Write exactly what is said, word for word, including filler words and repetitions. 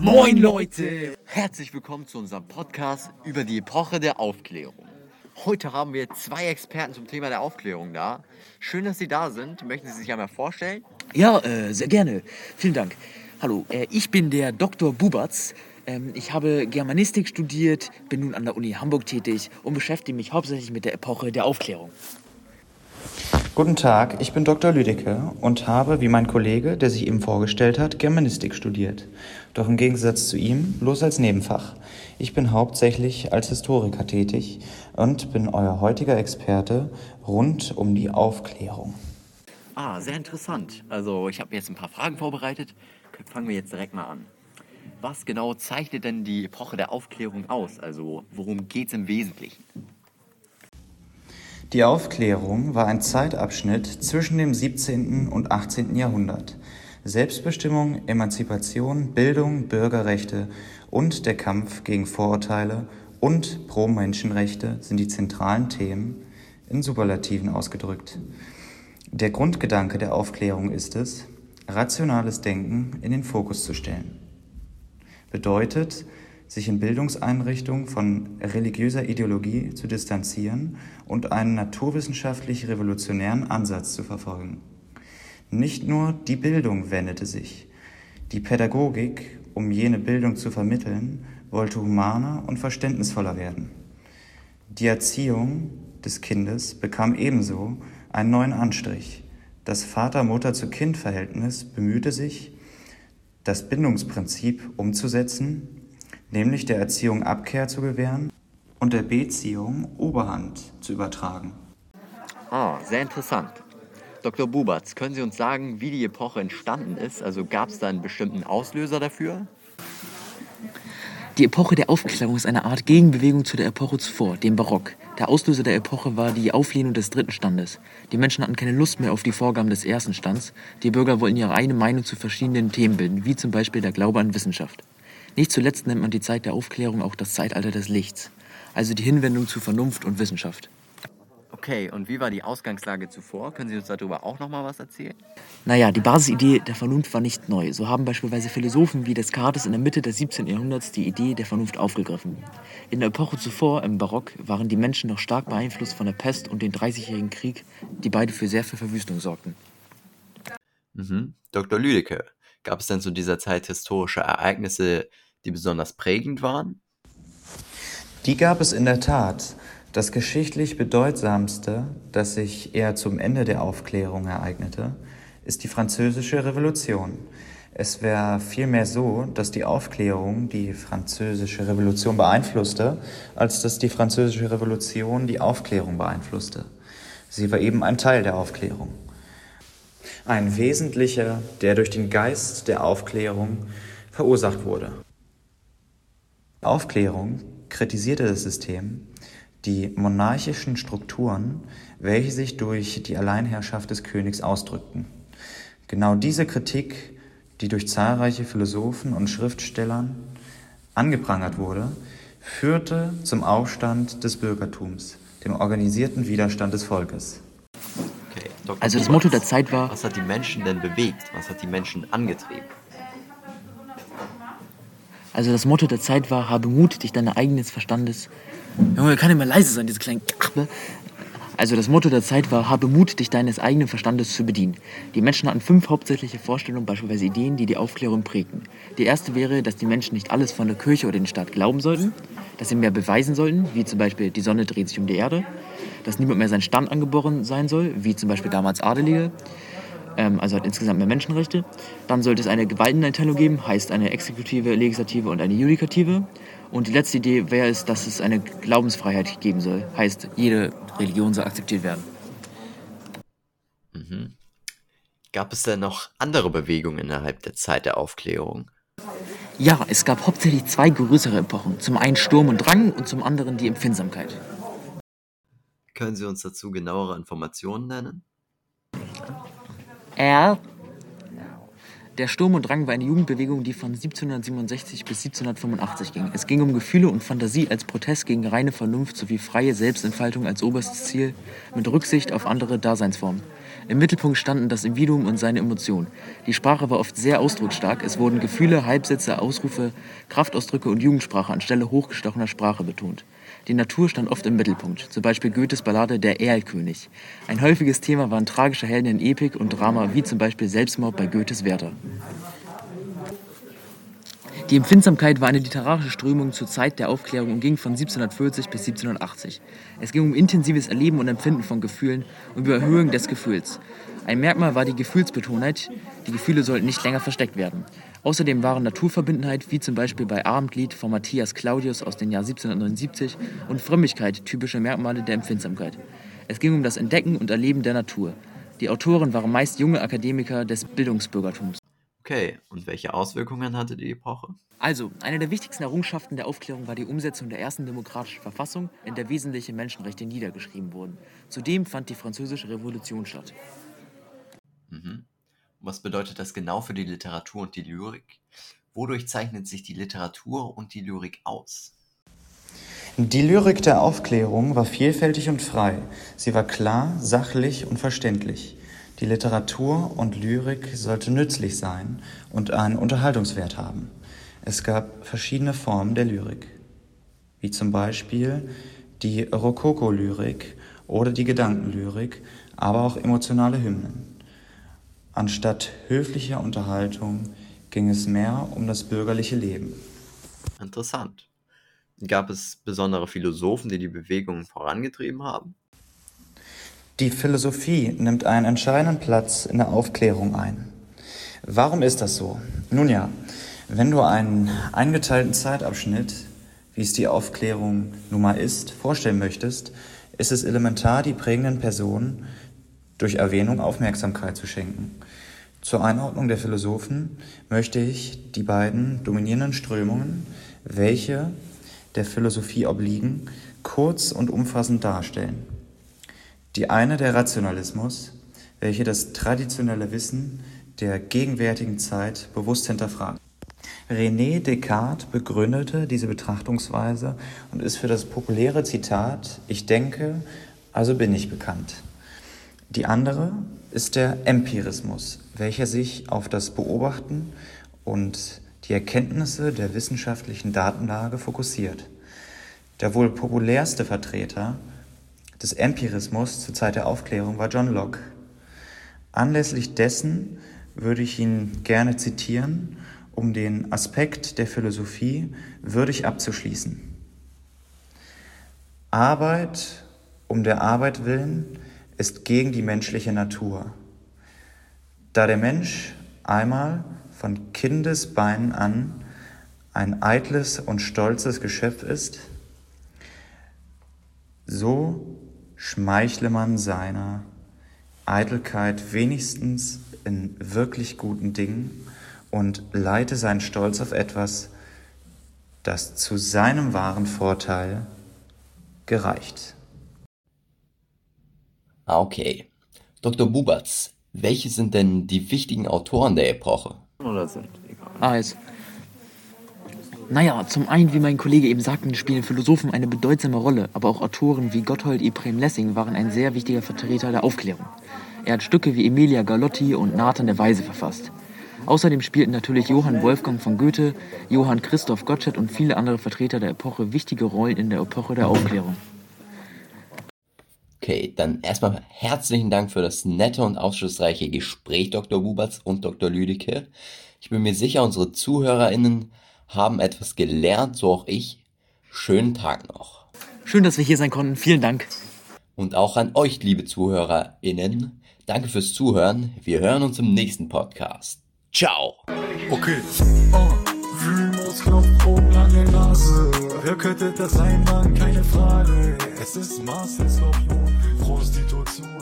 Moin Leute! Herzlich willkommen zu unserem Podcast über die Epoche der Aufklärung. Heute haben wir zwei Experten zum Thema der Aufklärung da. Schön, dass Sie da sind. Möchten Sie sich einmal vorstellen? Ja, äh, sehr gerne. Vielen Dank. Hallo, äh, ich bin der Doktor Bubatz. Ähm, ich habe Germanistik studiert, bin nun an der Uni Hamburg tätig und beschäftige mich hauptsächlich mit der Epoche der Aufklärung. Guten Tag, ich bin Doktor Lüdecke und habe, wie mein Kollege, der sich eben vorgestellt hat, Germanistik studiert. Doch im Gegensatz zu ihm bloß als Nebenfach. Ich bin hauptsächlich als Historiker tätig und bin euer heutiger Experte rund um die Aufklärung. Ah, sehr interessant. Also ich habe mir jetzt ein paar Fragen vorbereitet. Fangen wir jetzt direkt mal an. Was genau zeichnet denn die Epoche der Aufklärung aus? Also worum geht es im Wesentlichen? Die Aufklärung war ein Zeitabschnitt zwischen dem siebzehnten und achtzehnten Jahrhundert. Selbstbestimmung, Emanzipation, Bildung, Bürgerrechte und der Kampf gegen Vorurteile und Pro-Menschenrechte sind die zentralen Themen, in Superlativen ausgedrückt. Der Grundgedanke der Aufklärung ist es, rationales Denken in den Fokus zu stellen. Bedeutet, sich in Bildungseinrichtungen von religiöser Ideologie zu distanzieren und einen naturwissenschaftlich revolutionären Ansatz zu verfolgen. Nicht nur die Bildung wendete sich. Die Pädagogik, um jene Bildung zu vermitteln, wollte humaner und verständnisvoller werden. Die Erziehung des Kindes bekam ebenso einen neuen Anstrich. Das Vater-Mutter-zu-Kind-Verhältnis bemühte sich, das Bindungsprinzip umzusetzen, nämlich der Erziehung Abkehr zu gewähren und der Beziehung Oberhand zu übertragen. Ah, sehr interessant. Doktor Bubatz, können Sie uns sagen, wie die Epoche entstanden ist? Also gab es da einen bestimmten Auslöser dafür? Die Epoche der Aufklärung ist eine Art Gegenbewegung zu der Epoche zuvor, dem Barock. Der Auslöser der Epoche war die Auflehnung des dritten Standes. Die Menschen hatten keine Lust mehr auf die Vorgaben des ersten Stands. Die Bürger wollten ihre eigene Meinung zu verschiedenen Themen bilden, wie zum Beispiel der Glaube an Wissenschaft. Nicht zuletzt nennt man die Zeit der Aufklärung auch das Zeitalter des Lichts, also die Hinwendung zu Vernunft und Wissenschaft. Okay, und wie war die Ausgangslage zuvor? Können Sie uns darüber auch nochmal was erzählen? Naja, die Basisidee der Vernunft war nicht neu. So haben beispielsweise Philosophen wie Descartes in der Mitte des siebzehnten Jahrhunderts die Idee der Vernunft aufgegriffen. In der Epoche zuvor, im Barock, waren die Menschen noch stark beeinflusst von der Pest und dem Dreißigjährigen Krieg, die beide für sehr viel Verwüstung sorgten. Mhm. Doktor Lüdecke, gab es denn zu dieser Zeit historische Ereignisse, die besonders prägend waren? Die gab es in der Tat. Das geschichtlich bedeutsamste, das sich eher zum Ende der Aufklärung ereignete, ist die Französische Revolution. Es wäre vielmehr so, dass die Aufklärung die Französische Revolution beeinflusste, als dass die Französische Revolution die Aufklärung beeinflusste. Sie war eben ein Teil der Aufklärung. Ein wesentlicher, der durch den Geist der Aufklärung verursacht wurde. Die Aufklärung kritisierte das System, die monarchischen Strukturen, welche sich durch die Alleinherrschaft des Königs ausdrückten. Genau diese Kritik, die durch zahlreiche Philosophen und Schriftstellern angeprangert wurde, führte zum Aufstand des Bürgertums, dem organisierten Widerstand des Volkes. Okay, Doktor Also das Bubatz, Motto der Zeit war, was hat die Menschen denn bewegt? Was hat die Menschen angetrieben? also das Motto der Zeit war, habe Mut, dich deines eigenen Verstandes... Junge, kann immer leise sein, diese kleinen Kachbe. Also das Motto der Zeit war, habe Mut, dich deines eigenen Verstandes zu bedienen. Die Menschen hatten fünf hauptsächliche Vorstellungen, beispielsweise Ideen, die die Aufklärung prägten. Die erste wäre, dass die Menschen nicht alles von der Kirche oder den Staat glauben sollten, dass sie mehr beweisen sollten, wie zum Beispiel die Sonne dreht sich um die Erde, dass niemand mehr seinen Stand angeboren sein soll, wie zum Beispiel damals Adelige, ähm, also hat insgesamt mehr Menschenrechte. Dann sollte es eine Gewaltenteilung geben, heißt eine Exekutive, Legislative und eine Judikative. Und die letzte Idee wäre es, dass es eine Glaubensfreiheit geben soll. Heißt, jede Religion soll akzeptiert werden. Mhm. Gab es denn noch andere Bewegungen innerhalb der Zeit der Aufklärung? Ja, es gab hauptsächlich zwei größere Epochen. Zum einen Sturm und Drang und zum anderen die Empfindsamkeit. Können Sie uns dazu genauere Informationen nennen? Ja. Der Sturm und Drang war eine Jugendbewegung, die von siebzehnhundertsiebenundsechzig bis siebzehnhundertfünfundachtzig ging. Es ging um Gefühle und Fantasie als Protest gegen reine Vernunft sowie freie Selbstentfaltung als oberstes Ziel mit Rücksicht auf andere Daseinsformen. Im Mittelpunkt standen das Individuum und seine Emotionen. Die Sprache war oft sehr ausdrucksstark. Es wurden Gefühle, Halbsätze, Ausrufe, Kraftausdrücke und Jugendsprache anstelle hochgestochener Sprache betont. Die Natur stand oft im Mittelpunkt, zum Beispiel Goethes Ballade Der Erlkönig. Ein häufiges Thema waren tragische Helden in Epik und Drama, wie zum Beispiel Selbstmord bei Goethes Werther. Die Empfindsamkeit war eine literarische Strömung zur Zeit der Aufklärung und ging von siebzehnhundertvierzig bis siebzehnhundertachtzig. Es ging um intensives Erleben und Empfinden von Gefühlen und Überhöhung des Gefühls. Ein Merkmal war die Gefühlsbetonheit, die Gefühle sollten nicht länger versteckt werden. Außerdem waren Naturverbundenheit, wie zum Beispiel bei Abendlied von Matthias Claudius aus dem Jahr siebzehnhundertneunundsiebzig, und Frömmigkeit typische Merkmale der Empfindsamkeit. Es ging um das Entdecken und Erleben der Natur. Die Autoren waren meist junge Akademiker des Bildungsbürgertums. Okay, und welche Auswirkungen hatte die Epoche? Also, eine der wichtigsten Errungenschaften der Aufklärung war die Umsetzung der ersten demokratischen Verfassung, in der wesentliche Menschenrechte niedergeschrieben wurden. Zudem fand die Französische Revolution statt. Mhm. Was bedeutet das genau für die Literatur und die Lyrik? Wodurch zeichnet sich die Literatur und die Lyrik aus? Die Lyrik der Aufklärung war vielfältig und frei. Sie war klar, sachlich und verständlich. Die Literatur und Lyrik sollte nützlich sein und einen Unterhaltungswert haben. Es gab verschiedene Formen der Lyrik, wie zum Beispiel die Rokoko-Lyrik oder die Gedankenlyrik, aber auch emotionale Hymnen. Anstatt höflicher Unterhaltung ging es mehr um das bürgerliche Leben. Interessant. Gab es besondere Philosophen, die die Bewegung vorangetrieben haben? Die Philosophie nimmt einen entscheidenden Platz in der Aufklärung ein. Warum ist das so? Nun ja, wenn du einen eingeteilten Zeitabschnitt, wie es die Aufklärung nun mal ist, vorstellen möchtest, ist es elementar, die prägenden Personen durch Erwähnung Aufmerksamkeit zu schenken. Zur Einordnung der Philosophen möchte ich die beiden dominierenden Strömungen, welche der Philosophie obliegen, kurz und umfassend darstellen. Die eine der Rationalismus, welche das traditionelle Wissen der gegenwärtigen Zeit bewusst hinterfragt. René Descartes begründete diese Betrachtungsweise und ist für das populäre Zitat „Ich denke, also bin ich" bekannt. Die andere ist der Empirismus, welcher sich auf das Beobachten und die Erkenntnisse der wissenschaftlichen Datenlage fokussiert. Der wohl populärste Vertreter des Empirismus zur Zeit der Aufklärung war John Locke. Anlässlich dessen würde ich ihn gerne zitieren, um den Aspekt der Philosophie würdig abzuschließen. Arbeit um der Arbeit willen ist gegen die menschliche Natur. Da der Mensch einmal von Kindesbeinen an ein eitles und stolzes Geschöpf ist, so schmeichle man seiner Eitelkeit wenigstens in wirklich guten Dingen und leite seinen Stolz auf etwas, das zu seinem wahren Vorteil gereicht. Ah, okay. Doktor Bubatz, welche sind denn die wichtigen Autoren der Epoche? Oder sind? Egal. Also, naja, zum einen, wie mein Kollege eben sagte, spielen Philosophen eine bedeutsame Rolle, aber auch Autoren wie Gotthold Ephraim Lessing waren ein sehr wichtiger Vertreter der Aufklärung. Er hat Stücke wie Emilia Galotti und Nathan der Weise verfasst. Außerdem spielten natürlich Johann Wolfgang von Goethe, Johann Christoph Gottsched und viele andere Vertreter der Epoche wichtige Rollen in der Epoche der Aufklärung. Okay, dann erstmal herzlichen Dank für das nette und aufschlussreiche Gespräch, Doktor Bubatz und Doktor Lüdecke. Ich bin mir sicher, unsere ZuhörerInnen haben etwas gelernt, so auch ich. Schönen Tag noch. Schön, dass wir hier sein konnten. Vielen Dank. Und auch an euch, liebe ZuhörerInnen. Danke fürs Zuhören. Wir hören uns im nächsten Podcast. Ciao. Okay. Oh, Wühlmausknopf oben lange Nase. Wer könnte das sein, Mann? Keine Frage. Es ist Master Skorpion, Prostitution.